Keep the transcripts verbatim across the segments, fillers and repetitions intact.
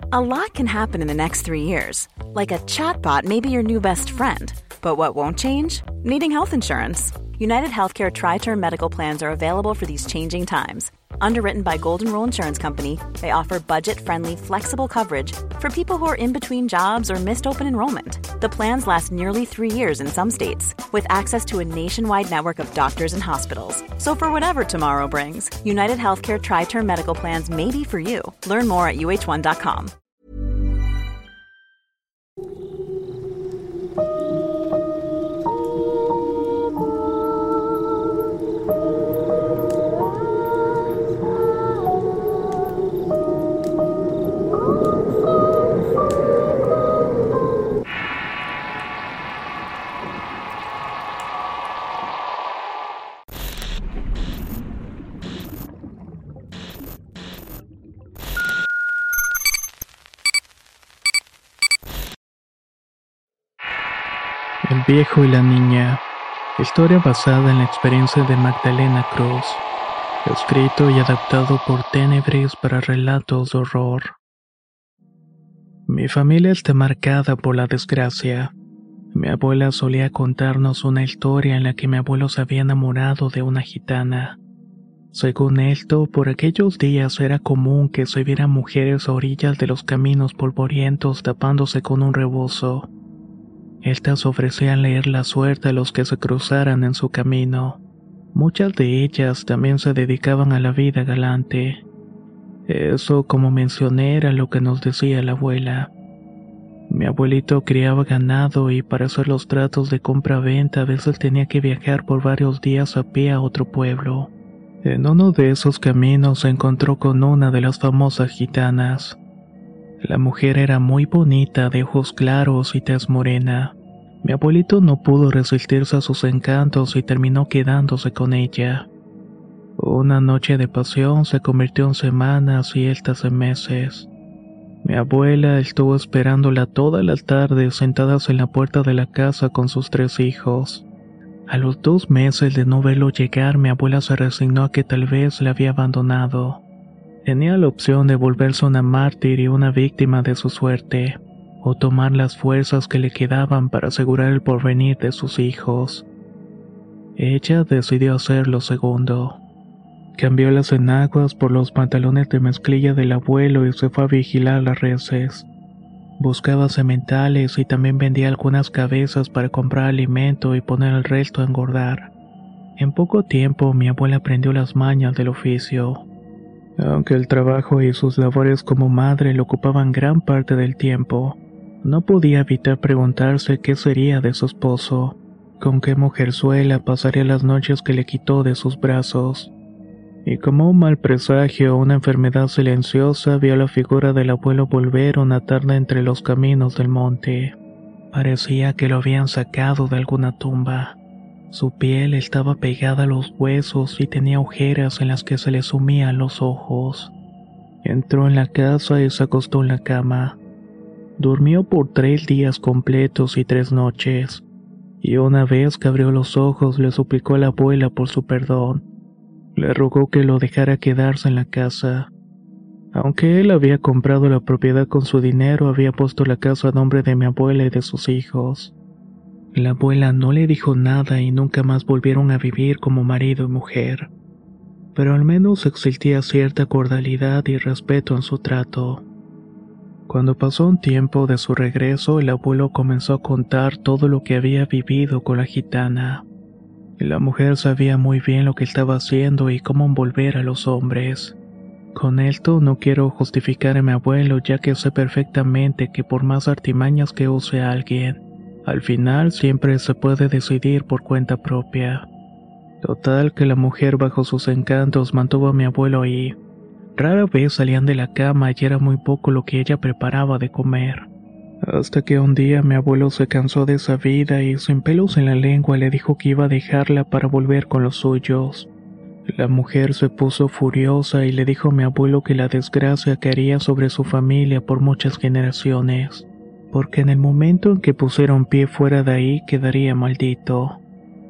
A lot can happen in the next three years. Like a chatbot may be your new best friend. But what won't change? Needing health insurance. United Healthcare Tri-Term Medical Plans are available for these changing times. Underwritten by Golden Rule Insurance Company, they offer budget-friendly, flexible coverage for people who are in between jobs or missed open enrollment. The plans last nearly three years in some states, with access to a nationwide network of doctors and hospitals. So for whatever tomorrow brings, United Healthcare Tri-Term Medical Plans may be for you. Learn more at U H one dot com. El viejo y la niña. Historia basada en la experiencia de Magdalena Cruz. Escrito y adaptado por Tenebris para relatos de horror. Mi familia está marcada por la desgracia. Mi abuela solía contarnos una historia en la que mi abuelo se había enamorado de una gitana. Según esto, por aquellos días era común que se vieran mujeres a orillas de los caminos polvorientos tapándose con un rebozo. Estas ofrecían leer la suerte a los que se cruzaran en su camino. Muchas de ellas también se dedicaban a la vida galante. Eso, como mencioné, era lo que nos decía la abuela. Mi abuelito criaba ganado y para hacer los tratos de compra-venta a veces tenía que viajar por varios días a pie a otro pueblo. En uno de esos caminos se encontró con una de las famosas gitanas. La mujer era muy bonita, de ojos claros y tez morena. Mi abuelito no pudo resistirse a sus encantos y terminó quedándose con ella. Una noche de pasión se convirtió en semanas y estas en meses. Mi abuela estuvo esperándola toda la tarde sentadas en la puerta de la casa con sus tres hijos. A los dos meses de no verlo llegar, mi abuela se resignó a que tal vez le había abandonado. Tenía la opción de volverse una mártir y una víctima de su suerte, o tomar las fuerzas que le quedaban para asegurar el porvenir de sus hijos. Ella decidió hacer lo segundo. Cambió las enaguas por los pantalones de mezclilla del abuelo y se fue a vigilar las reses. Buscaba sementales y también vendía algunas cabezas para comprar alimento y poner el resto a engordar. En poco tiempo mi abuela aprendió las mañas del oficio. Aunque el trabajo y sus labores como madre le ocupaban gran parte del tiempo, no podía evitar preguntarse qué sería de su esposo, con qué mujerzuela pasaría las noches que le quitó de sus brazos. Y como un mal presagio o una enfermedad silenciosa, vio la figura del abuelo volver una tarde entre los caminos del monte. Parecía que lo habían sacado de alguna tumba. Su piel estaba pegada a los huesos y tenía ojeras en las que se le sumían los ojos. Entró en la casa y se acostó en la cama. Durmió por tres días completos y tres noches, y una vez que abrió los ojos le suplicó a la abuela por su perdón. Le rogó que lo dejara quedarse en la casa. Aunque él había comprado la propiedad con su dinero, había puesto la casa a nombre de mi abuela y de sus hijos. La abuela no le dijo nada y nunca más volvieron a vivir como marido y mujer. Pero al menos existía cierta cordialidad y respeto en su trato. Cuando pasó un tiempo de su regreso, el abuelo comenzó a contar todo lo que había vivido con la gitana. La mujer sabía muy bien lo que estaba haciendo y cómo envolver a los hombres. Con esto no quiero justificar a mi abuelo, ya que sé perfectamente que por más artimañas que use a alguien, al final siempre se puede decidir por cuenta propia. Total que la mujer bajo sus encantos mantuvo a mi abuelo ahí. Rara vez salían de la cama y era muy poco lo que ella preparaba de comer. Hasta que un día mi abuelo se cansó de esa vida y sin pelos en la lengua le dijo que iba a dejarla para volver con los suyos. La mujer se puso furiosa y le dijo a mi abuelo que la desgracia caería sobre su familia por muchas generaciones, porque en el momento en que pusieron pie fuera de ahí quedaría maldito.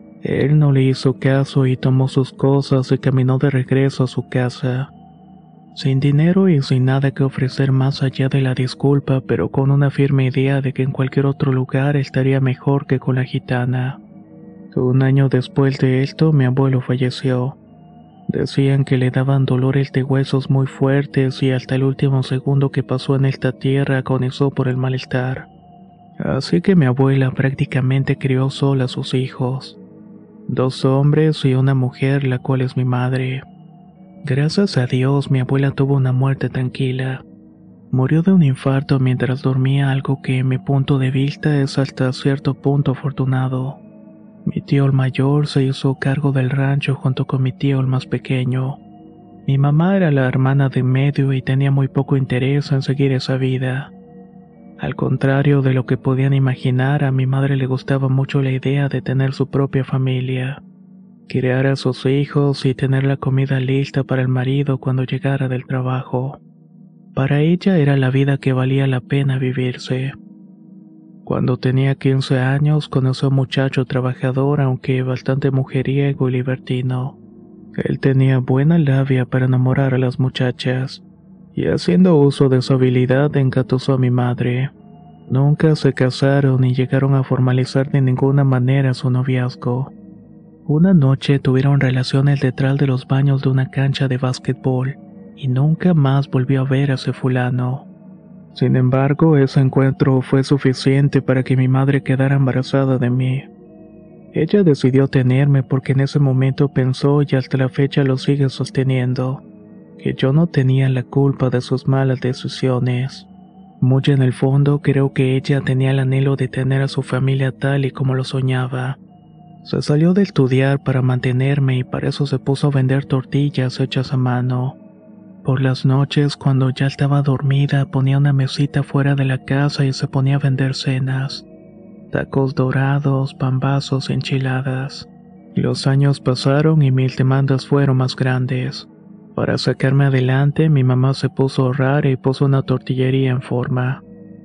Él no le hizo caso y tomó sus cosas y caminó de regreso a su casa. sin dinero y sin nada que ofrecer más allá de la disculpa, pero con una firme idea de que en cualquier otro lugar estaría mejor que con la gitana. Un año después de esto, mi abuelo falleció. Decían que le daban dolores de huesos muy fuertes y hasta el último segundo que pasó en esta tierra agonizó por el malestar. Así que mi abuela prácticamente crió sola a sus hijos. Dos hombres y una mujer, la cual es mi madre. Gracias a Dios, mi abuela tuvo una muerte tranquila. Murió de un infarto mientras dormía, algo que en mi punto de vista es hasta cierto punto afortunado. Mi tío el mayor se hizo cargo del rancho junto con mi tío el más pequeño. Mi mamá era la hermana de medio y tenía muy poco interés en seguir esa vida. Al contrario de lo que podían imaginar, a mi madre le gustaba mucho la idea de tener su propia familia, criar a sus hijos y tener la comida lista para el marido cuando llegara del trabajo. Para ella era la vida que valía la pena vivirse. Cuando tenía quince años, conoció a un muchacho trabajador, aunque bastante mujeriego y libertino. Él tenía buena labia para enamorar a las muchachas, y haciendo uso de su habilidad engatusó a mi madre. Nunca se casaron ni llegaron a formalizar de ninguna manera su noviazgo. Una noche tuvieron relaciones detrás de los baños de una cancha de básquetbol, y nunca más volvió a ver a ese fulano. Sin embargo, ese encuentro fue suficiente para que mi madre quedara embarazada de mí. Ella decidió tenerme porque en ese momento pensó, y hasta la fecha lo sigue sosteniendo, que yo no tenía la culpa de sus malas decisiones. Muy en el fondo creo que ella tenía el anhelo de tener a su familia tal y como lo soñaba. Se salió de estudiar para mantenerme y para eso se puso a vender tortillas hechas a mano. Por las noches, cuando ya estaba dormida, ponía una mesita fuera de la casa y se ponía a vender cenas. Tacos dorados, pambazos y enchiladas. Los años pasaron y mis demandas fueron más grandes. Para sacarme adelante, mi mamá se puso a ahorrar y puso una tortillería en forma.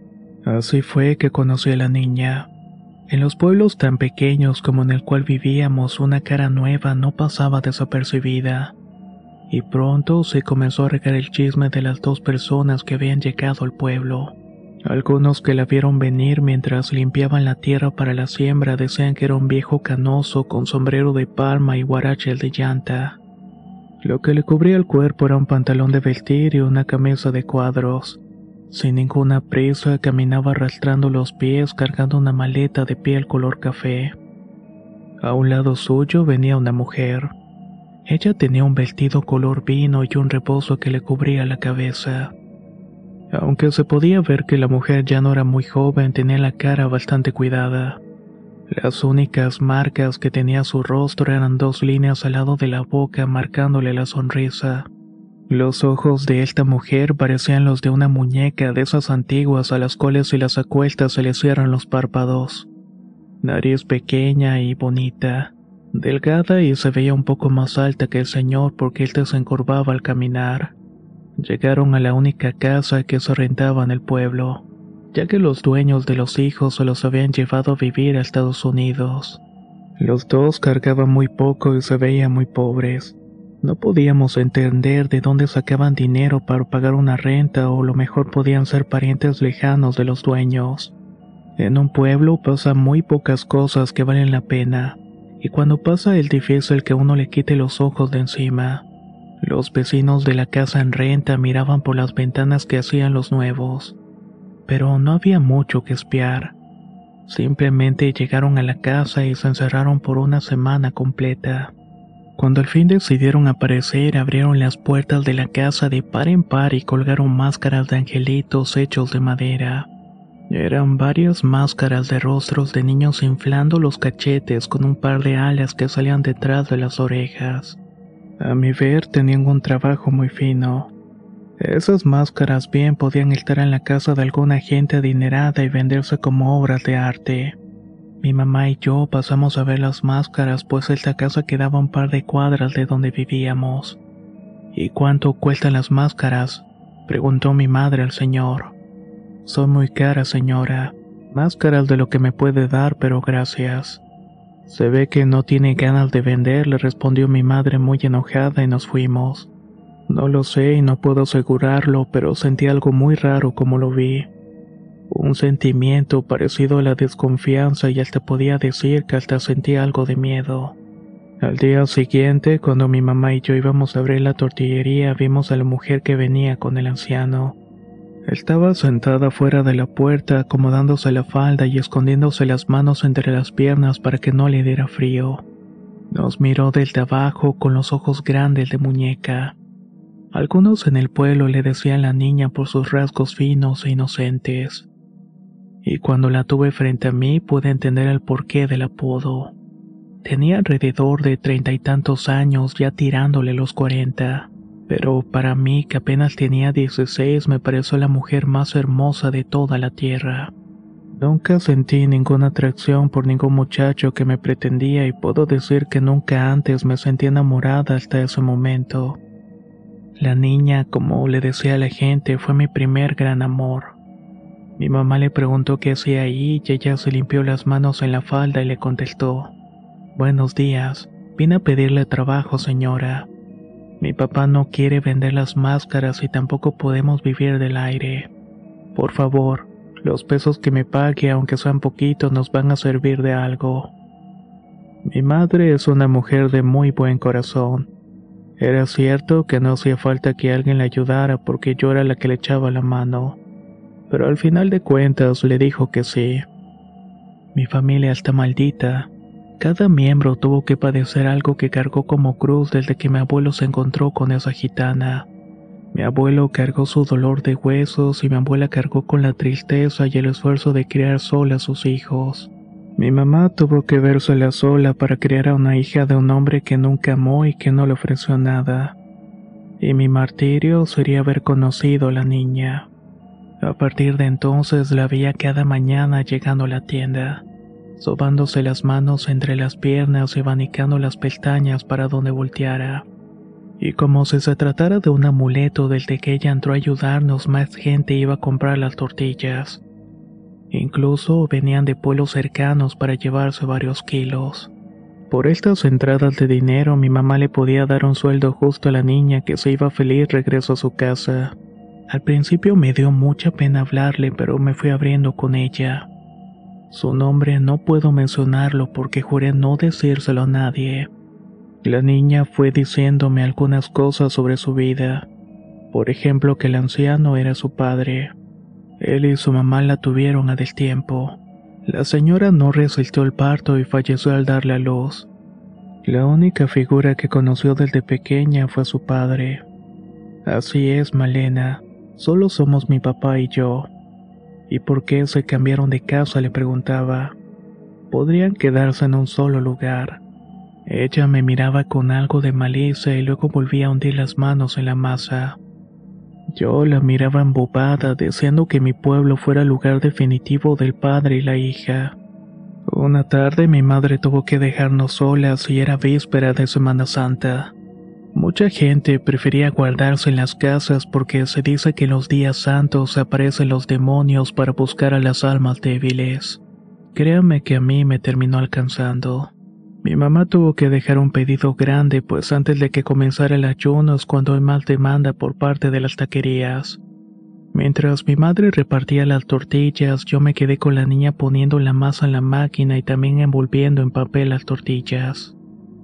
Así fue que conocí a la niña. En los pueblos tan pequeños como en el cual vivíamos, una cara nueva no pasaba desapercibida. Y pronto se comenzó a regar el chisme de las dos personas que habían llegado al pueblo. Algunos que la vieron venir mientras limpiaban la tierra para la siembra decían que era un viejo canoso con sombrero de palma y guaraches de llanta. Lo que le cubría el cuerpo era un pantalón de vestir y una camisa de cuadros. Sin ninguna prisa caminaba arrastrando los pies cargando una maleta de piel color café. A un lado suyo venía una mujer. Ella tenía un vestido color vino y un rebozo que le cubría la cabeza. Aunque se podía ver que la mujer ya no era muy joven, tenía la cara bastante cuidada. Las únicas marcas que tenía su rostro eran dos líneas al lado de la boca marcándole la sonrisa. Los ojos de esta mujer parecían los de una muñeca de esas antiguas a las cuales si las acuestas se le cierran los párpados. Nariz pequeña y bonita. Delgada y se veía un poco más alta que el señor porque éste se encorvaba al caminar. Llegaron a la única casa que se rentaba en el pueblo, ya que los dueños de los hijos se los habían llevado a vivir a Estados Unidos. Los dos cargaban muy poco y se veían muy pobres. No podíamos entender de dónde sacaban dinero para pagar una renta o lo mejor podían ser parientes lejanos de los dueños. En un pueblo pasan muy pocas cosas que valen la pena. Y cuando pasa es difícil que uno le quite los ojos de encima. Los vecinos de la casa en renta miraban por las ventanas que hacían los nuevos. Pero no había mucho que espiar. Simplemente llegaron a la casa y se encerraron por una semana completa. Cuando al fin decidieron aparecer, abrieron las puertas de la casa de par en par y colgaron máscaras de angelitos hechos de madera. Eran varias máscaras de rostros de niños inflando los cachetes con un par de alas que salían detrás de las orejas. A mi ver, tenían un trabajo muy fino. Esas máscaras bien podían estar en la casa de alguna gente adinerada y venderse como obras de arte. Mi mamá y yo pasamos a ver las máscaras, pues esta casa quedaba a un par de cuadras de donde vivíamos. ¿Y cuánto cuestan las máscaras?, preguntó mi madre al señor. Son muy caras, señora. Más caras de lo que me puede dar, pero gracias. Se ve que no tiene ganas de vender, le respondió mi madre muy enojada y nos fuimos. No lo sé y no puedo asegurarlo, pero sentí algo muy raro como lo vi. Un sentimiento parecido a la desconfianza y hasta podía decir que hasta sentí algo de miedo. Al día siguiente, cuando mi mamá y yo íbamos a abrir la tortillería, vimos a la mujer que venía con el anciano. Estaba sentada fuera de la puerta, acomodándose la falda y escondiéndose las manos entre las piernas para que no le diera frío. Nos miró desde abajo con los ojos grandes de muñeca. Algunos en el pueblo le decían la niña por sus rasgos finos e inocentes. Y cuando la tuve frente a mí pude entender el porqué del apodo. Tenía alrededor de treinta y tantos años, ya tirándole los cuarenta. Pero para mí, que apenas tenía dieciséis, me pareció la mujer más hermosa de toda la tierra. Nunca sentí ninguna atracción por ningún muchacho que me pretendía y puedo decir que nunca antes me sentí enamorada hasta ese momento. La niña, como le decía a la gente, fue mi primer gran amor. Mi mamá le preguntó qué hacía ahí y ella se limpió las manos en la falda y le contestó: «Buenos días, vine a pedirle trabajo, señora. Mi papá no quiere vender las máscaras y tampoco podemos vivir del aire. Por favor, los pesos que me pague, aunque sean poquitos, nos van a servir de algo». Mi madre es una mujer de muy buen corazón. Era cierto que no hacía falta que alguien le ayudara porque yo era la que le echaba la mano, pero al final de cuentas le dijo que sí. Mi familia está maldita. Cada miembro tuvo que padecer algo que cargó como cruz desde que mi abuelo se encontró con esa gitana. Mi abuelo cargó su dolor de huesos y mi abuela cargó con la tristeza y el esfuerzo de criar sola a sus hijos. Mi mamá tuvo que vérsela sola para criar a una hija de un hombre que nunca amó y que no le ofreció nada. Y mi martirio sería haber conocido a la niña. A partir de entonces la veía cada mañana llegando a la tienda, sobándose las manos entre las piernas y abanicando las pestañas para donde volteara. Y como si se tratara de un amuleto, desde que ella entró a ayudarnos, más gente iba a comprar las tortillas. Incluso venían de pueblos cercanos para llevarse varios kilos. Por estas entradas de dinero, mi mamá le podía dar un sueldo justo a la niña, que se iba feliz regreso a su casa. Al principio me dio mucha pena hablarle, pero me fui abriendo con ella. Su nombre no puedo mencionarlo porque juré no decírselo a nadie. La niña fue diciéndome algunas cosas sobre su vida. Por ejemplo, que el anciano era su padre. Él y su mamá la tuvieron a destiempo. La señora no resistió el parto y falleció al darle a luz. La única figura que conoció desde pequeña fue su padre. Así es, Malena, solo somos mi papá y yo. ¿Y por qué se cambiaron de casa?, le preguntaba. Podrían quedarse en un solo lugar. Ella me miraba con algo de malicia y luego volvía a hundir las manos en la masa. Yo la miraba embobada, deseando que mi pueblo fuera el lugar definitivo del padre y la hija. Una tarde mi madre tuvo que dejarnos solas y era víspera de Semana Santa. Mucha gente prefería guardarse en las casas porque se dice que en los días santos aparecen los demonios para buscar a las almas débiles. Créame que a mí me terminó alcanzando. Mi mamá tuvo que dejar un pedido grande, pues antes de que comenzara el ayuno es cuando hay más demanda por parte de las taquerías. Mientras mi madre repartía las tortillas, yo me quedé con la niña poniendo la masa en la máquina y también envolviendo en papel las tortillas.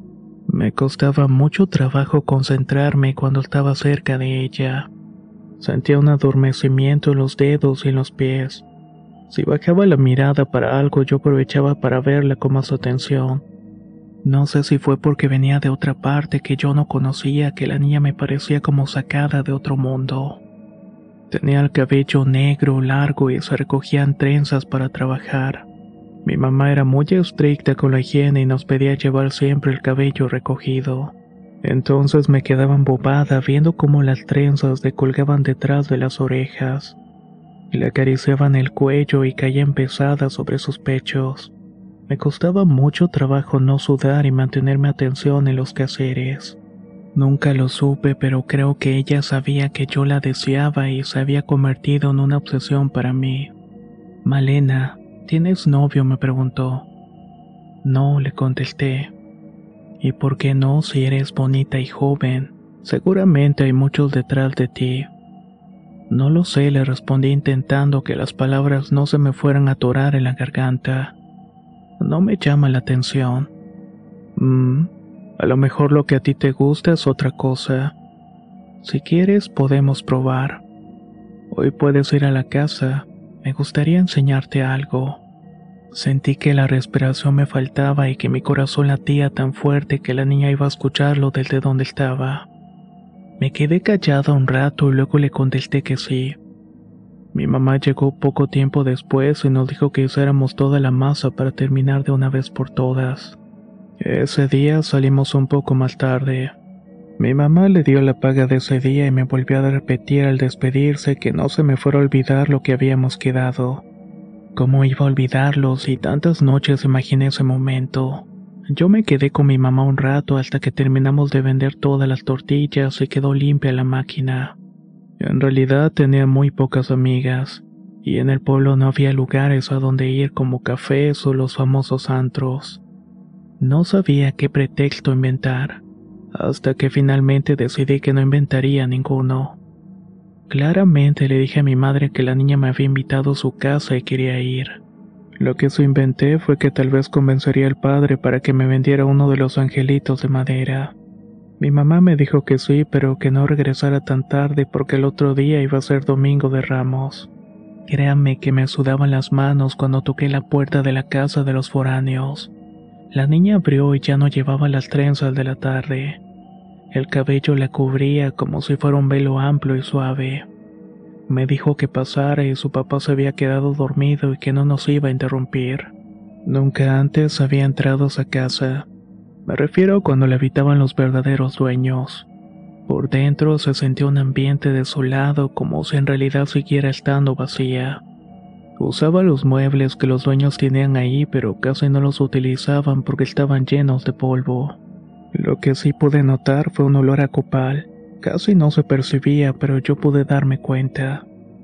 Me costaba mucho trabajo concentrarme cuando estaba cerca de ella. Sentía un adormecimiento en los dedos y en los pies. Si bajaba la mirada para algo, yo aprovechaba para verla con más atención. No sé si fue porque venía de otra parte que yo no conocía, que la niña me parecía como sacada de otro mundo. Tenía el cabello negro, largo y se recogían trenzas para trabajar. Mi mamá era muy estricta con la higiene y nos pedía llevar siempre el cabello recogido. Entonces me quedaba embobada viendo cómo las trenzas le colgaban detrás de las orejas. Le acariciaban el cuello y caían pesadas sobre sus pechos. Me costaba mucho trabajo no sudar y mantenerme atención en los quehaceres. Nunca lo supe, pero creo que ella sabía que yo la deseaba y se había convertido en una obsesión para mí. «Malena, ¿tienes novio?», me preguntó. «No», le contesté. «¿Y por qué no si eres bonita y joven? Seguramente hay muchos detrás de ti. No lo sé, le respondí intentando que las palabras no se me fueran a atorar en la garganta. No me llama la atención. Mm, a lo mejor lo que a ti te gusta es otra cosa. Si quieres, podemos probar. Hoy puedes ir a la casa. Me gustaría enseñarte algo. Sentí que la respiración me faltaba y que mi corazón latía tan fuerte que la niña iba a escucharlo desde donde estaba. Me quedé callada un rato y luego le contesté que sí. Mi mamá llegó poco tiempo después y nos dijo que hiciéramos toda la masa para terminar de una vez por todas. Ese día salimos un poco más tarde. Mi mamá le dio la paga de ese día y me volvió a repetir al despedirse que no se me fuera a olvidar lo que habíamos quedado. ¿Cómo iba a olvidarlo si tantas noches imaginé ese momento? Yo me quedé con mi mamá un rato hasta que terminamos de vender todas las tortillas y quedó limpia la máquina. En realidad tenía muy pocas amigas, y en el pueblo no había lugares a donde ir como cafés o los famosos antros. No sabía qué pretexto inventar, hasta que finalmente decidí que no inventaría ninguno. Claramente le dije a mi madre que la niña me había invitado a su casa y quería ir. Lo que sí inventé fue que tal vez convencería al padre para que me vendiera uno de los angelitos de madera. Mi mamá me dijo que sí, pero que no regresara tan tarde porque el otro día iba a ser Domingo de Ramos. Créanme que me sudaban las manos cuando toqué la puerta de la casa de los foráneos. La niña abrió y ya no llevaba las trenzas de la tarde. El cabello la cubría como si fuera un velo amplio y suave. Me dijo que pasara y su papá se había quedado dormido y que no nos iba a interrumpir. Nunca antes había entrado a esa casa. Me refiero a cuando la habitaban los verdaderos dueños. Por dentro se sentía un ambiente desolado como si en realidad siguiera estando vacía. Usaba los muebles que los dueños tenían ahí, pero casi no los utilizaban porque estaban llenos de polvo. Lo que sí pude notar fue un olor a copal. Casi no se percibía, pero yo pude darme cuenta.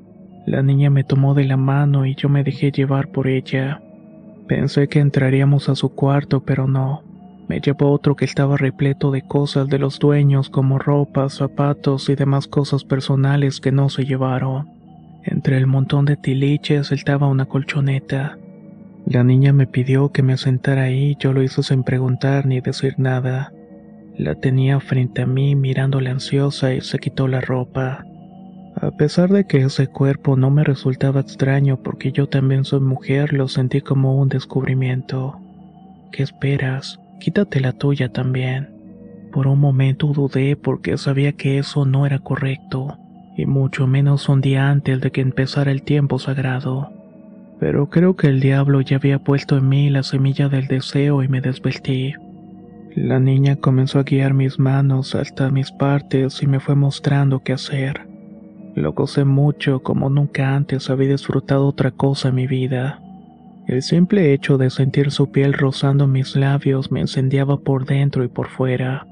La niña me tomó de la mano y yo me dejé llevar por ella. Pensé que entraríamos a su cuarto, pero no. Me llevó a otro que estaba repleto de cosas de los dueños como ropas, zapatos y demás cosas personales que no se llevaron. Entre el montón de tiliches estaba una colchoneta. La niña me pidió que me sentara ahí y yo lo hice sin preguntar ni decir nada. La tenía frente a mí mirándola ansiosa y se quitó la ropa. A pesar de que ese cuerpo no me resultaba extraño porque yo también soy mujer, lo sentí como un descubrimiento. ¿Qué esperas? Quítate la tuya también. Por un momento dudé porque sabía que eso no era correcto, y mucho menos un día antes de que empezara el tiempo sagrado. Pero creo que el diablo ya había puesto en mí la semilla del deseo y me desvestí. La niña comenzó a guiar mis manos hasta mis partes y me fue mostrando qué hacer. Lo gocé mucho como nunca antes había disfrutado otra cosa en mi vida. El simple hecho de sentir su piel rozando mis labios me incendiaba por dentro y por fuera.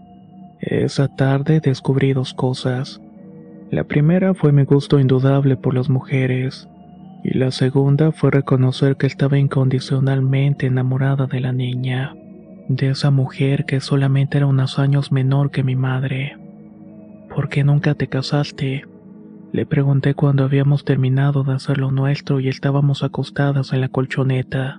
Esa tarde descubrí dos cosas. La primera fue mi gusto indudable por las mujeres, y la segunda fue reconocer que estaba incondicionalmente enamorada de la niña. De esa mujer que solamente era unos años menor que mi madre. ¿Por qué nunca te casaste? Le pregunté cuando habíamos terminado de hacer lo nuestro y estábamos acostadas en la colchoneta.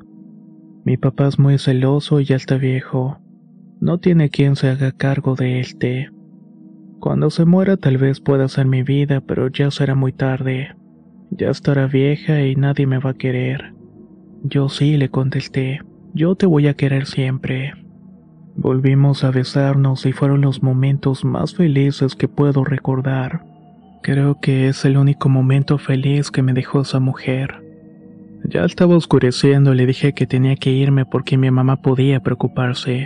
Mi papá es muy celoso y ya está viejo. No tiene quien se haga cargo de este. Cuando se muera tal vez pueda ser mi vida, pero ya será muy tarde. Ya estará vieja y nadie me va a querer. Yo sí, le contesté. Yo te voy a querer siempre. Volvimos a besarnos y fueron los momentos más felices que puedo recordar. Creo que es el único momento feliz que me dejó esa mujer. Ya estaba oscureciendo y le dije que tenía que irme porque mi mamá podía preocuparse.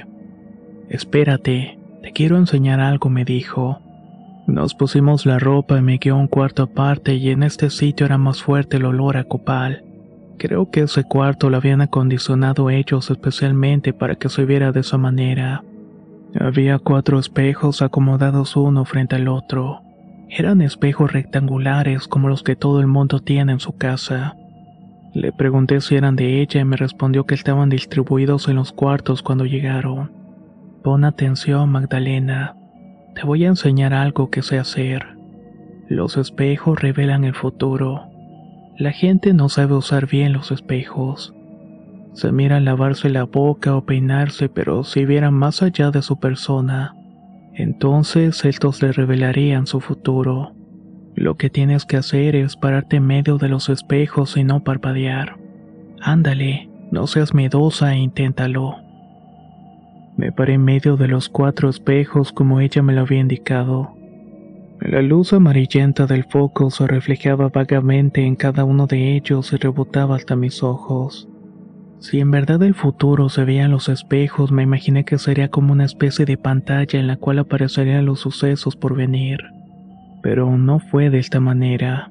Espérate, te quiero enseñar algo, me dijo. Nos pusimos la ropa y me guió a un cuarto aparte y en este sitio era más fuerte el olor a copal. Creo que ese cuarto lo habían acondicionado ellos especialmente para que se viera de esa manera. Había cuatro espejos acomodados uno frente al otro. Eran espejos rectangulares como los que todo el mundo tiene en su casa. Le pregunté si eran de ella y me respondió que estaban distribuidos en los cuartos cuando llegaron. Pon atención, Magdalena. Te voy a enseñar algo que sé hacer. Los espejos revelan el futuro. La gente no sabe usar bien los espejos. Se miran lavarse la boca o peinarse, pero si vieran más allá de su persona, entonces estos le revelarían su futuro. Lo que tienes que hacer es pararte en medio de los espejos y no parpadear. Ándale, no seas miedosa e inténtalo. Me paré en medio de los cuatro espejos como ella me lo había indicado. La luz amarillenta del foco se reflejaba vagamente en cada uno de ellos y rebotaba hasta mis ojos. Si en verdad el futuro se veía en los espejos, me imaginé que sería como una especie de pantalla en la cual aparecerían los sucesos por venir. Pero no fue de esta manera.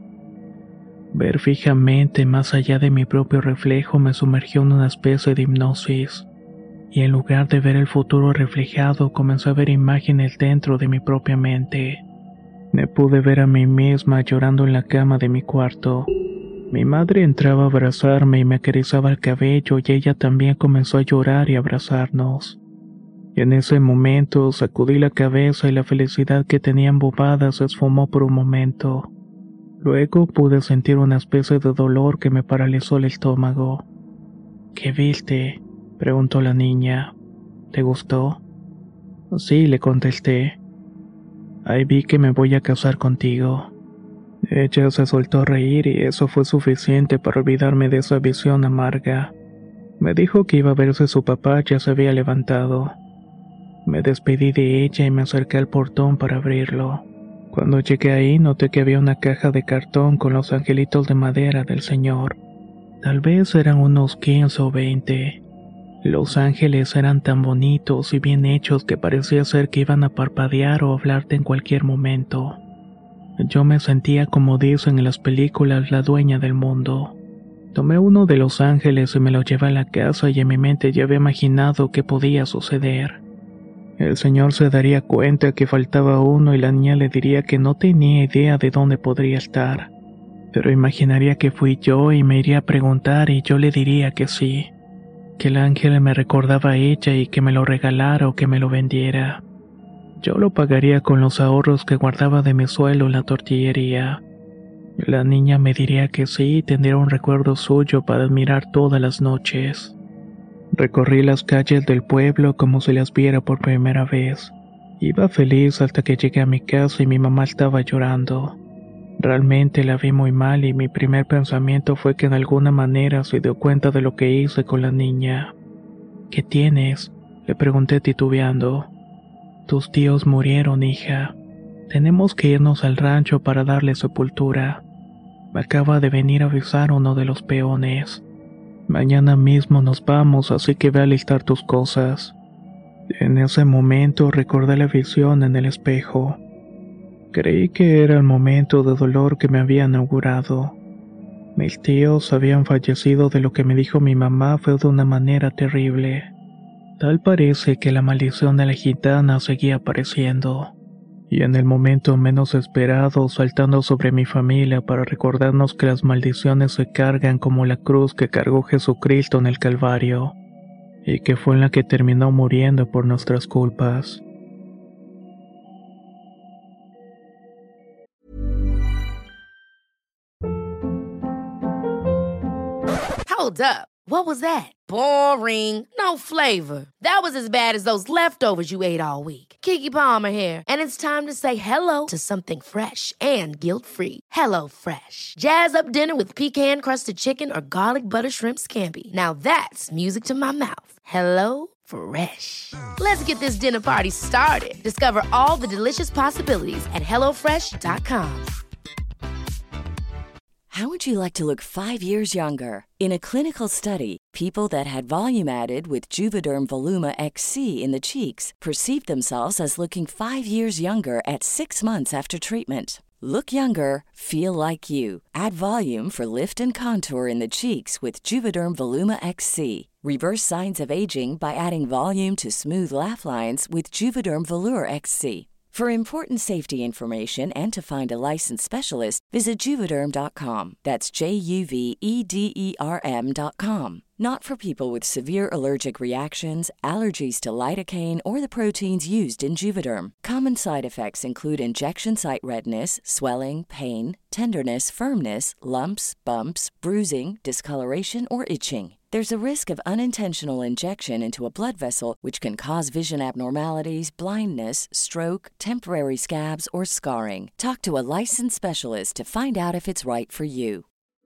Ver fijamente más allá de mi propio reflejo me sumergió en una especie de hipnosis. Y en lugar de ver el futuro reflejado, comencé a ver imágenes dentro de mi propia mente. Me pude ver a mí misma llorando en la cama de mi cuarto. Mi madre entraba a abrazarme y me acariciaba el cabello y ella también comenzó a llorar y abrazarnos. Y en ese momento sacudí la cabeza y la felicidad que tenía embobada se esfumó por un momento. Luego pude sentir una especie de dolor que me paralizó el estómago. ¿Qué viste?, preguntó la niña. ¿Te gustó? Sí, le contesté. Ahí vi que me voy a casar contigo. Ella se soltó a reír y eso fue suficiente para olvidarme de esa visión amarga. Me dijo que iba a ver si su papá ya se había levantado. Me despedí de ella y me acerqué al portón para abrirlo. Cuando llegué ahí noté que había una caja de cartón con los angelitos de madera del Señor. Tal vez eran unos quince o veinte. Los ángeles eran tan bonitos y bien hechos que parecía ser que iban a parpadear o hablarte en cualquier momento. Yo me sentía, como dicen en las películas, la dueña del mundo. Tomé uno de los ángeles y me lo llevé a la casa y en mi mente ya había imaginado qué podía suceder. El Señor se daría cuenta que faltaba uno y la niña le diría que no tenía idea de dónde podría estar. Pero imaginaría que fui yo y me iría a preguntar y yo le diría que sí. Que el ángel me recordaba a ella y que me lo regalara o que me lo vendiera. Yo lo pagaría con los ahorros que guardaba de mi sueldo en la tortillería. La niña me diría que sí y tendría un recuerdo suyo para admirar todas las noches. Recorrí las calles del pueblo como si las viera por primera vez. Iba feliz hasta que llegué a mi casa y mi mamá estaba llorando. Realmente la vi muy mal y mi primer pensamiento fue que en alguna manera se dio cuenta de lo que hice con la niña. ¿Qué tienes?, le pregunté titubeando. Tus tíos murieron, hija. Tenemos que irnos al rancho para darle sepultura. Me acaba de venir a avisar uno de los peones. Mañana mismo nos vamos, así que ve a alistar tus cosas. En ese momento recordé la visión en el espejo. Creí que era el momento de dolor que me habían augurado. Mis tíos habían fallecido. De lo que me dijo mi mamá fue de una manera terrible. Tal parece que la maldición de la gitana seguía apareciendo. Y en el momento menos esperado, saltando sobre mi familia para recordarnos que las maldiciones se cargan como la cruz que cargó Jesucristo en el Calvario, y que fue en la que terminó muriendo por nuestras culpas. Hold up. What was that? Boring. No flavor. That was as bad as those leftovers you ate all week. Keke Palmer here, and it's time to say hello to something fresh and guilt-free. Hello Fresh. Jazz up dinner with pecan-crusted chicken or garlic butter shrimp scampi. Now that's music to my mouth. Hello Fresh. Let's get this dinner party started. Discover all the delicious possibilities at hello fresh dot com. How would you like to look five years younger? In a clinical study, people that had volume added with Juvederm Voluma X C in the cheeks perceived themselves as looking five years younger at six months after treatment. Look younger, feel like you. Add volume for lift and contour in the cheeks with Juvederm Voluma X C. Reverse signs of aging by adding volume to smooth laugh lines with Juvederm Volure X C. For important safety information and to find a licensed specialist, visit Juvederm dot com. That's J U V E D E R M dot com. Not for people with severe allergic reactions, allergies to lidocaine, or the proteins used in Juvederm. Common side effects include injection site redness, swelling, pain, tenderness, firmness, lumps, bumps, bruising, discoloration, or itching. There's a risk of unintentional injection into a blood vessel, which can cause vision abnormalities, blindness, stroke, temporary scabs, or scarring. Talk to a licensed specialist to find out if it's right for you.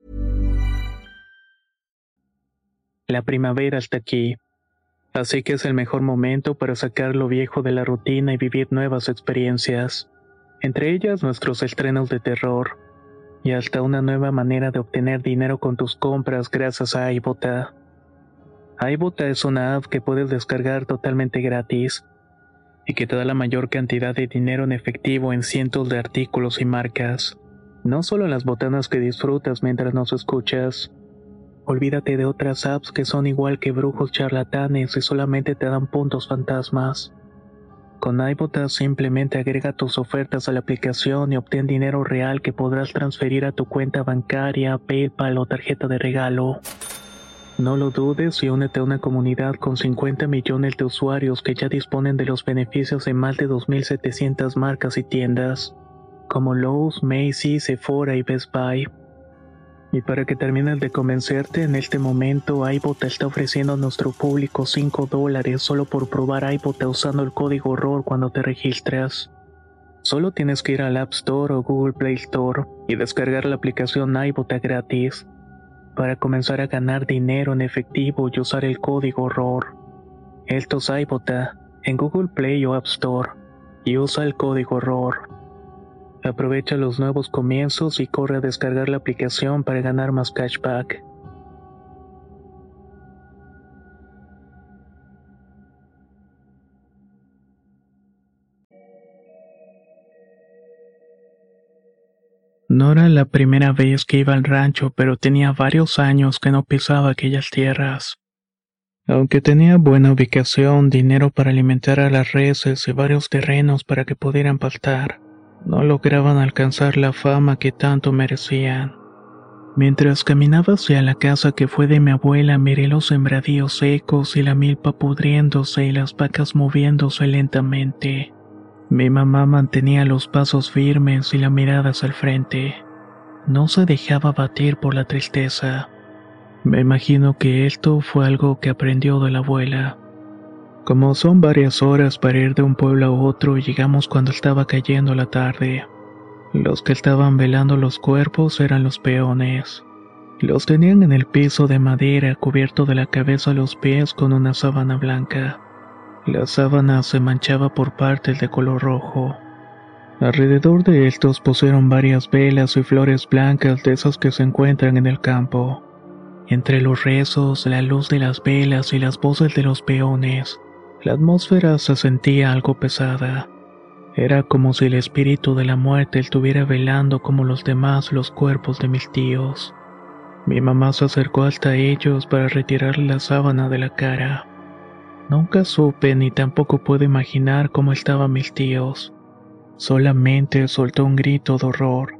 La primavera está aquí, así que es el mejor momento para sacar lo viejo de la rutina y vivir nuevas experiencias, entre ellas nuestros estrenos de terror, y hasta una nueva manera de obtener dinero con tus compras gracias a iBota. iBota es una app que puedes descargar totalmente gratis, y que te da la mayor cantidad de dinero en efectivo en cientos de artículos y marcas, no solo las botanas que disfrutas mientras nos escuchas. Olvídate de otras apps que son igual que brujos charlatanes y solamente te dan puntos fantasmas. Con iBota simplemente agrega tus ofertas a la aplicación y obtén dinero real que podrás transferir a tu cuenta bancaria, PayPal o tarjeta de regalo. No lo dudes y únete a una comunidad con cincuenta millones de usuarios que ya disponen de los beneficios de más de dos mil setecientas marcas y tiendas, como Lowe's, Macy's, Sephora y Best Buy. Y para que termines de convencerte, en este momento iBota está ofreciendo a nuestro público cinco dólares solo por probar iBota usando el código horror cuando te registras. Solo tienes que ir al App Store o Google Play Store y descargar la aplicación iBota gratis para comenzar a ganar dinero en efectivo y usar el código horror. Esto es iBota en Google Play o App Store y usa el código horror. Aprovecha los nuevos comienzos y corre a descargar la aplicación para ganar más cashback. No era la primera vez que iba al rancho, pero tenía varios años que no pisaba aquellas tierras. Aunque tenía buena ubicación, dinero para alimentar a las reses y varios terrenos para que pudieran pastar, no lograban alcanzar la fama que tanto merecían. Mientras caminaba hacia la casa que fue de mi abuela, miré los sembradíos secos y la milpa pudriéndose y las vacas moviéndose lentamente. Mi mamá mantenía los pasos firmes y la mirada hacia el frente. No se dejaba batir por la tristeza. Me imagino que esto fue algo que aprendió de la abuela. Como son varias horas para ir de un pueblo a otro, llegamos cuando estaba cayendo la tarde. Los que estaban velando los cuerpos eran los peones. Los tenían en el piso de madera, cubierto de la cabeza a los pies con una sábana blanca. La sábana se manchaba por partes de color rojo. Alrededor de estos pusieron varias velas y flores blancas de esas que se encuentran en el campo. Entre los rezos, la luz de las velas y las voces de los peones, la atmósfera se sentía algo pesada. Era como si el espíritu de la muerte estuviera velando como los demás los cuerpos de mis tíos. Mi mamá se acercó hasta ellos para retirarle la sábana de la cara. Nunca supe ni tampoco puedo imaginar cómo estaban mis tíos. Solamente soltó un grito de horror.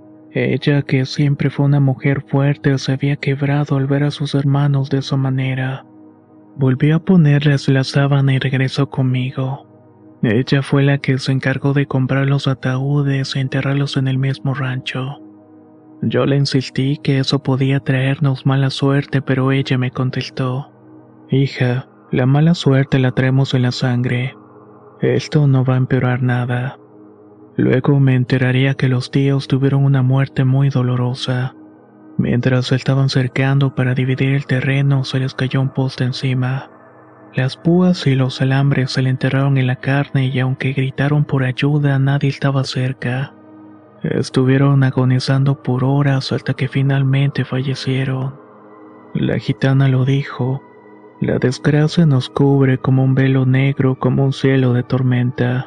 Ella, que siempre fue una mujer fuerte, se había quebrado al ver a sus hermanos de esa manera. Volvió a ponerles la sábana y regresó conmigo. Ella fue la que se encargó de comprar los ataúdes e enterrarlos en el mismo rancho. Yo le insistí que eso podía traernos mala suerte, pero ella me contestó: «Hija, la mala suerte la traemos en la sangre. Esto no va a empeorar nada». Luego me enteraría que los tíos tuvieron una muerte muy dolorosa. Mientras se estaban cercando para dividir el terreno, se les cayó un poste encima. Las púas y los alambres se le enterraron en la carne y aunque gritaron por ayuda, nadie estaba cerca. Estuvieron agonizando por horas hasta que finalmente fallecieron. La gitana lo dijo: «La desgracia nos cubre como un velo negro, como un cielo de tormenta».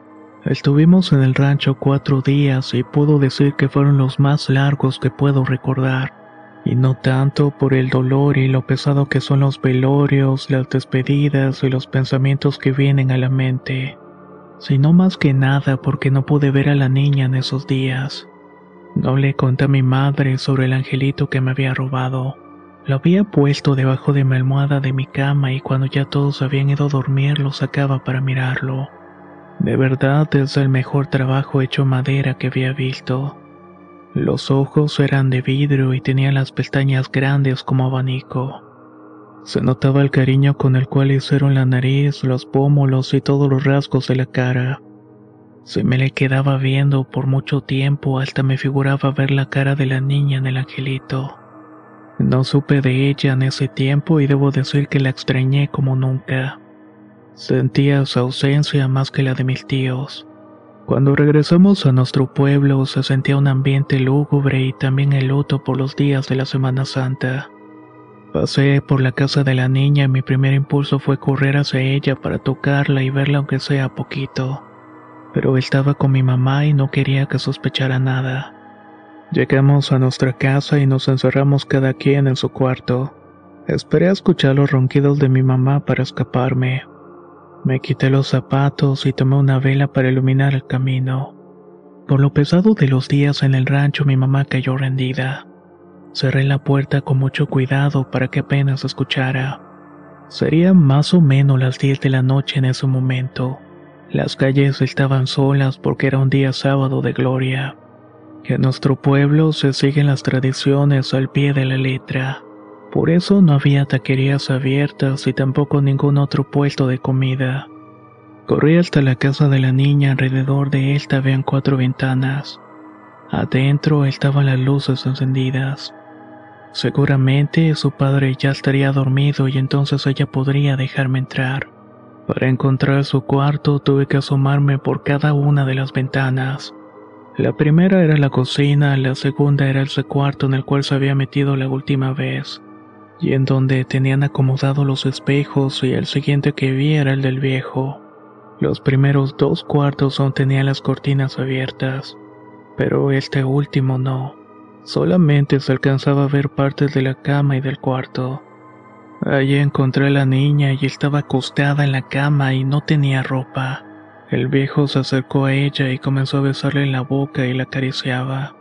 Estuvimos en el rancho cuatro días y puedo decir que fueron los más largos que puedo recordar, y no tanto por el dolor y lo pesado que son los velorios, las despedidas y los pensamientos que vienen a la mente, sino más que nada porque no pude ver a la niña en esos días. No le conté a mi madre sobre el angelito que me había robado. Lo había puesto debajo de mi almohada de mi cama y cuando ya todos habían ido a dormir lo sacaba para mirarlo. De verdad es el mejor trabajo hecho madera que había visto. Los ojos eran de vidrio y tenía las pestañas grandes como abanico. Se notaba el cariño con el cual hicieron la nariz, los pómulos y todos los rasgos de la cara. Se me le quedaba viendo por mucho tiempo hasta me figuraba ver la cara de la niña en el angelito. No supe de ella en ese tiempo y debo decir que la extrañé como nunca. Sentía su ausencia más que la de mis tíos. Cuando regresamos a nuestro pueblo se sentía un ambiente lúgubre y también el luto por los días de la Semana Santa. Pasé por la casa de la niña y mi primer impulso fue correr hacia ella para tocarla y verla aunque sea poquito. Pero estaba con mi mamá y no quería que sospechara nada. Llegamos a nuestra casa y nos encerramos cada quien en su cuarto. Esperé a escuchar los ronquidos de mi mamá para escaparme. Me quité los zapatos y tomé una vela para iluminar el camino. Por lo pesado de los días en el rancho mi mamá cayó rendida. Cerré la puerta con mucho cuidado para que apenas escuchara. Serían más o menos las diez de la noche en ese momento. Las calles estaban solas porque era un día sábado de gloria. En nuestro pueblo se siguen las tradiciones al pie de la letra. Por eso no había taquerías abiertas y tampoco ningún otro puesto de comida. Corrí hasta la casa de la niña. Alrededor de esta habían cuatro ventanas. Adentro estaban las luces encendidas. Seguramente su padre ya estaría dormido y entonces ella podría dejarme entrar. Para encontrar su cuarto tuve que asomarme por cada una de las ventanas. La primera era la cocina, la segunda era ese cuarto en el cual se había metido la última vez, y en donde tenían acomodados los espejos, y el siguiente que vi era el del viejo. Los primeros dos cuartos aún tenían las cortinas abiertas, pero este último no. Solamente se alcanzaba a ver partes de la cama y del cuarto. Allí encontré a la niña y estaba acostada en la cama y no tenía ropa. El viejo se acercó a ella y comenzó a besarle en la boca y la acariciaba.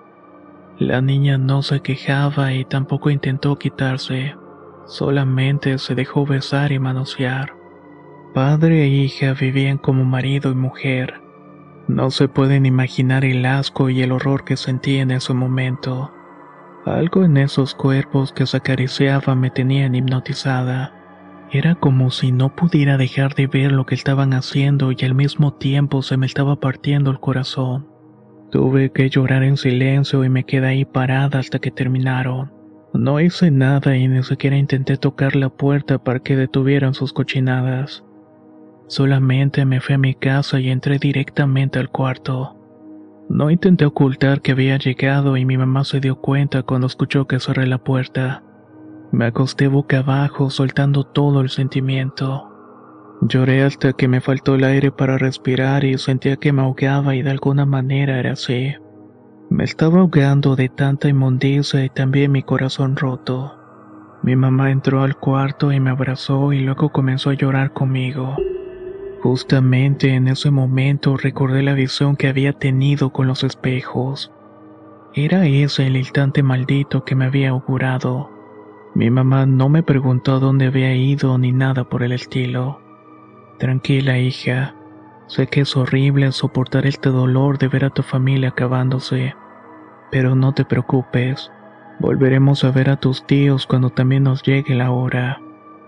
La niña no se quejaba y tampoco intentó quitarse, solamente se dejó besar y manosear. Padre e hija vivían como marido y mujer. No se pueden imaginar el asco y el horror que sentí en ese momento. Algo en esos cuerpos que se acariciaban me tenían hipnotizada. Era como si no pudiera dejar de ver lo que estaban haciendo y al mismo tiempo se me estaba partiendo el corazón. Tuve que llorar en silencio y me quedé ahí parada hasta que terminaron. No hice nada y ni siquiera intenté tocar la puerta para que detuvieran sus cochinadas. Solamente me fui a mi casa y entré directamente al cuarto. No intenté ocultar que había llegado y mi mamá se dio cuenta cuando escuchó que cerré la puerta. Me acosté boca abajo, soltando todo el sentimiento. Lloré hasta que me faltó el aire para respirar y sentía que me ahogaba y de alguna manera era así. Me estaba ahogando de tanta inmundicia y también mi corazón roto. Mi mamá entró al cuarto y me abrazó y luego comenzó a llorar conmigo. Justamente en ese momento recordé la visión que había tenido con los espejos. Era ese el instante maldito que me había augurado. Mi mamá no me preguntó dónde había ido ni nada por el estilo. Tranquila, hija. Sé que es horrible soportar este dolor de ver a tu familia acabándose. Pero no te preocupes. Volveremos a ver a tus tíos cuando también nos llegue la hora.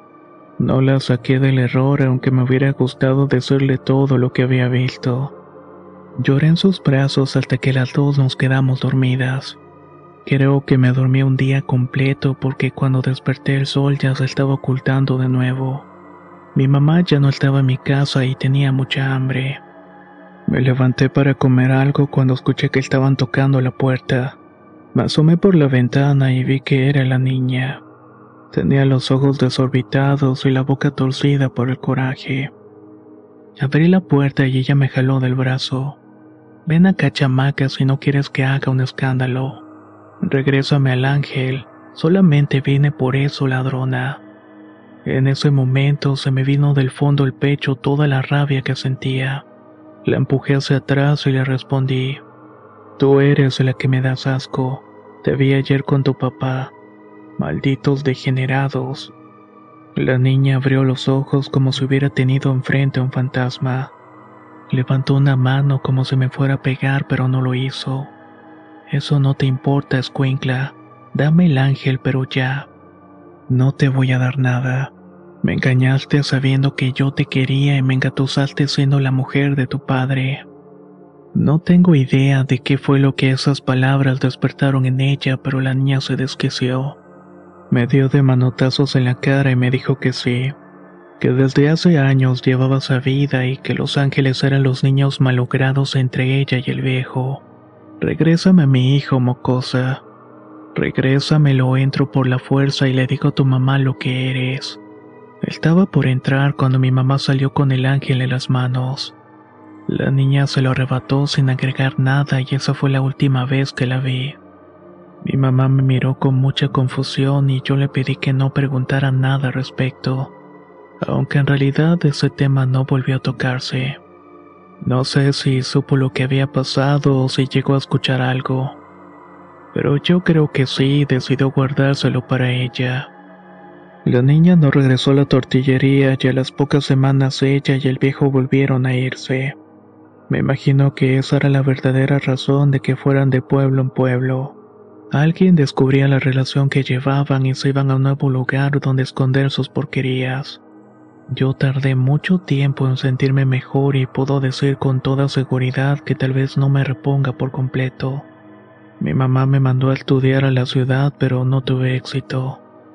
No la saqué del error, aunque me hubiera gustado decirle todo lo que había visto. Lloré en sus brazos hasta que las dos nos quedamos dormidas. Creo que me dormí un día completo porque cuando desperté el sol ya se estaba ocultando de nuevo. Mi mamá ya no estaba en mi casa y tenía mucha hambre. Me levanté para comer algo cuando escuché que estaban tocando la puerta. Me asomé por la ventana y vi que era la niña. Tenía los ojos desorbitados y la boca torcida por el coraje. Abrí la puerta y ella me jaló del brazo. Ven acá, chamaca, si no quieres que haga un escándalo. Regrésame al ángel, solamente vine por eso, ladrona. En ese momento se me vino del fondo del pecho toda la rabia que sentía. La empujé hacia atrás y le respondí: Tú eres la que me das asco. Te vi ayer con tu papá. Malditos degenerados. La niña abrió los ojos como si hubiera tenido enfrente a un fantasma. Levantó una mano como si me fuera a pegar, pero no lo hizo. Eso no te importa, escuincla. Dame el ángel, pero ya. No te voy a dar nada. Me engañaste sabiendo que yo te quería y me engatusaste siendo la mujer de tu padre. No tengo idea de qué fue lo que esas palabras despertaron en ella, pero la niña se desquició. Me dio de manotazos en la cara y me dijo que sí, que desde hace años llevaba esa vida y que los ángeles eran los niños malogrados entre ella y el viejo. Regrésame a mi hijo, mocosa. Regrésamelo, entro por la fuerza y le digo a tu mamá lo que eres. Estaba por entrar cuando mi mamá salió con el ángel en las manos. La niña se lo arrebató sin agregar nada y esa fue la última vez que la vi. Mi mamá me miró con mucha confusión y yo le pedí que no preguntara nada al respecto, aunque en realidad ese tema no volvió a tocarse. No sé si supo lo que había pasado o si llegó a escuchar algo, pero yo creo que sí decidió guardárselo para ella. La niña no regresó a la tortillería y a las pocas semanas ella y el viejo volvieron a irse. Me imagino que esa era la verdadera razón de que fueran de pueblo en pueblo. Alguien descubría la relación que llevaban y se iban a un nuevo lugar donde esconder sus porquerías. Yo tardé mucho tiempo en sentirme mejor y puedo decir con toda seguridad que tal vez no me reponga por completo. Mi mamá me mandó a estudiar a la ciudad, pero no tuve éxito.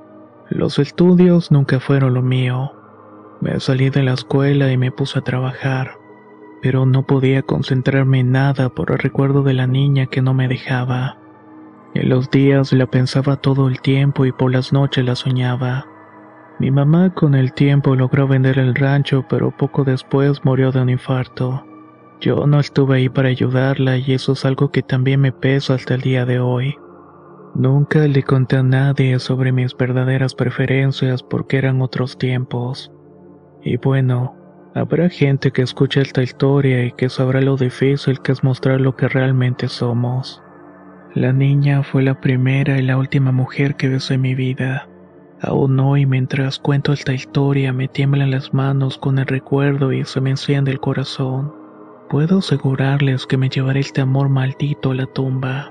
Los estudios nunca fueron lo mío. Me salí de la escuela y me puse a trabajar, pero no podía concentrarme en nada por el recuerdo de la niña que no me dejaba. En los días la pensaba todo el tiempo y por las noches la soñaba. Mi mamá con el tiempo logró vender el rancho, pero poco después murió de un infarto. Yo no estuve ahí para ayudarla y eso es algo que también me pesa hasta el día de hoy. Nunca le conté a nadie sobre mis verdaderas preferencias porque eran otros tiempos. Y bueno, habrá gente que escuche esta historia y que sabrá lo difícil que es mostrar lo que realmente somos. La niña fue la primera y la última mujer que besé en mi vida. Aún hoy, mientras cuento esta historia, me tiemblan las manos con el recuerdo y se me enciende el corazón. Puedo asegurarles que me llevaré este amor maldito a la tumba.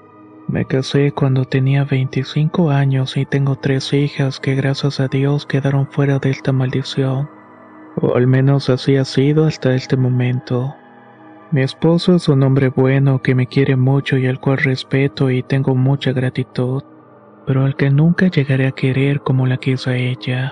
Me casé cuando tenía veinticinco años y tengo tres hijas que gracias a Dios quedaron fuera de esta maldición. O al menos así ha sido hasta este momento. Mi esposo es un hombre bueno que me quiere mucho y al cual respeto y tengo mucha gratitud, pero al que nunca llegaré a querer como la quise a ella.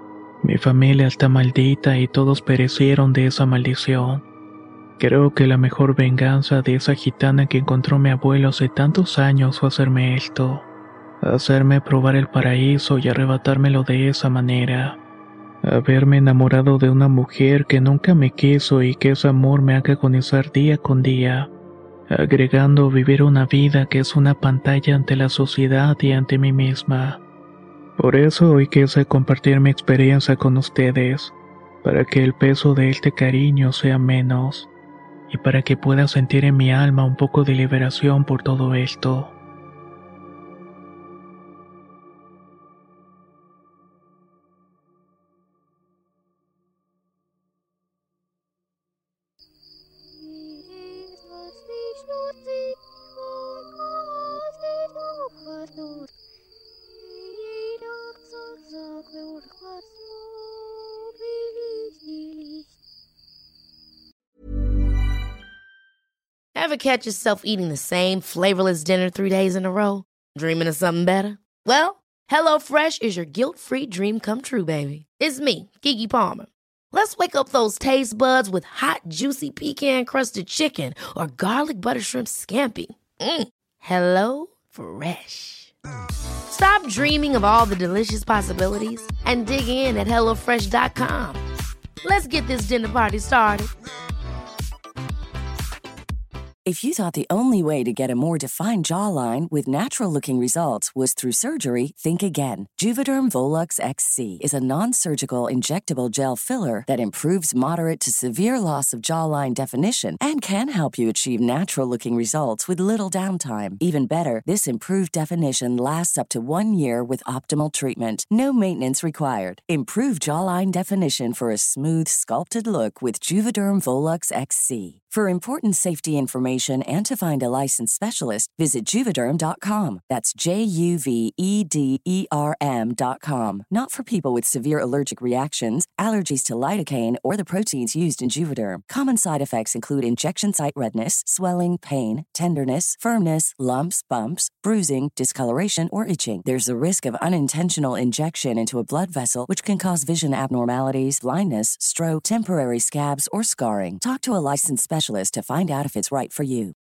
Mi familia está maldita y todos perecieron de esa maldición. Creo que la mejor venganza de esa gitana que encontró mi abuelo hace tantos años fue hacerme esto, hacerme probar el paraíso y arrebatármelo de esa manera. Haberme enamorado de una mujer que nunca me quiso y que ese amor me haga agonizar día con día, agregando vivir una vida que es una pantalla ante la sociedad y ante mí misma. Por eso hoy quise compartir mi experiencia con ustedes, para que el peso de este cariño sea menos, y para que pueda sentir en mi alma un poco de liberación por todo esto. Ever catch yourself eating the same flavorless dinner three days in a row? Dreaming of something better? Well, HelloFresh is your guilt-free dream come true, baby. It's me, Keke Palmer. Let's wake up those taste buds with hot, juicy pecan-crusted chicken or garlic butter shrimp scampi. Mm. Hello Fresh. Stop dreaming of all the delicious possibilities and dig in at hello fresh dot com. Let's get this dinner party started. If you thought the only way to get a more defined jawline with natural-looking results was through surgery, think again. Juvederm Volux X C is a non-surgical injectable gel filler that improves moderate to severe loss of jawline definition and can help you achieve natural-looking results with little downtime. Even better, this improved definition lasts up to one year with optimal treatment. No maintenance required. Improve jawline definition for a smooth, sculpted look with Juvederm Volux X C. For important safety information and to find a licensed specialist, visit Juvederm dot com. That's J U V E D E R M dot com. Not for people with severe allergic reactions, allergies to lidocaine, or the proteins used in Juvederm. Common side effects include injection site redness, swelling, pain, tenderness, firmness, lumps, bumps, bruising, discoloration, or itching. There's a risk of unintentional injection into a blood vessel, which can cause vision abnormalities, blindness, stroke, temporary scabs, or scarring. Talk to a licensed specialist to find out if it's right for you.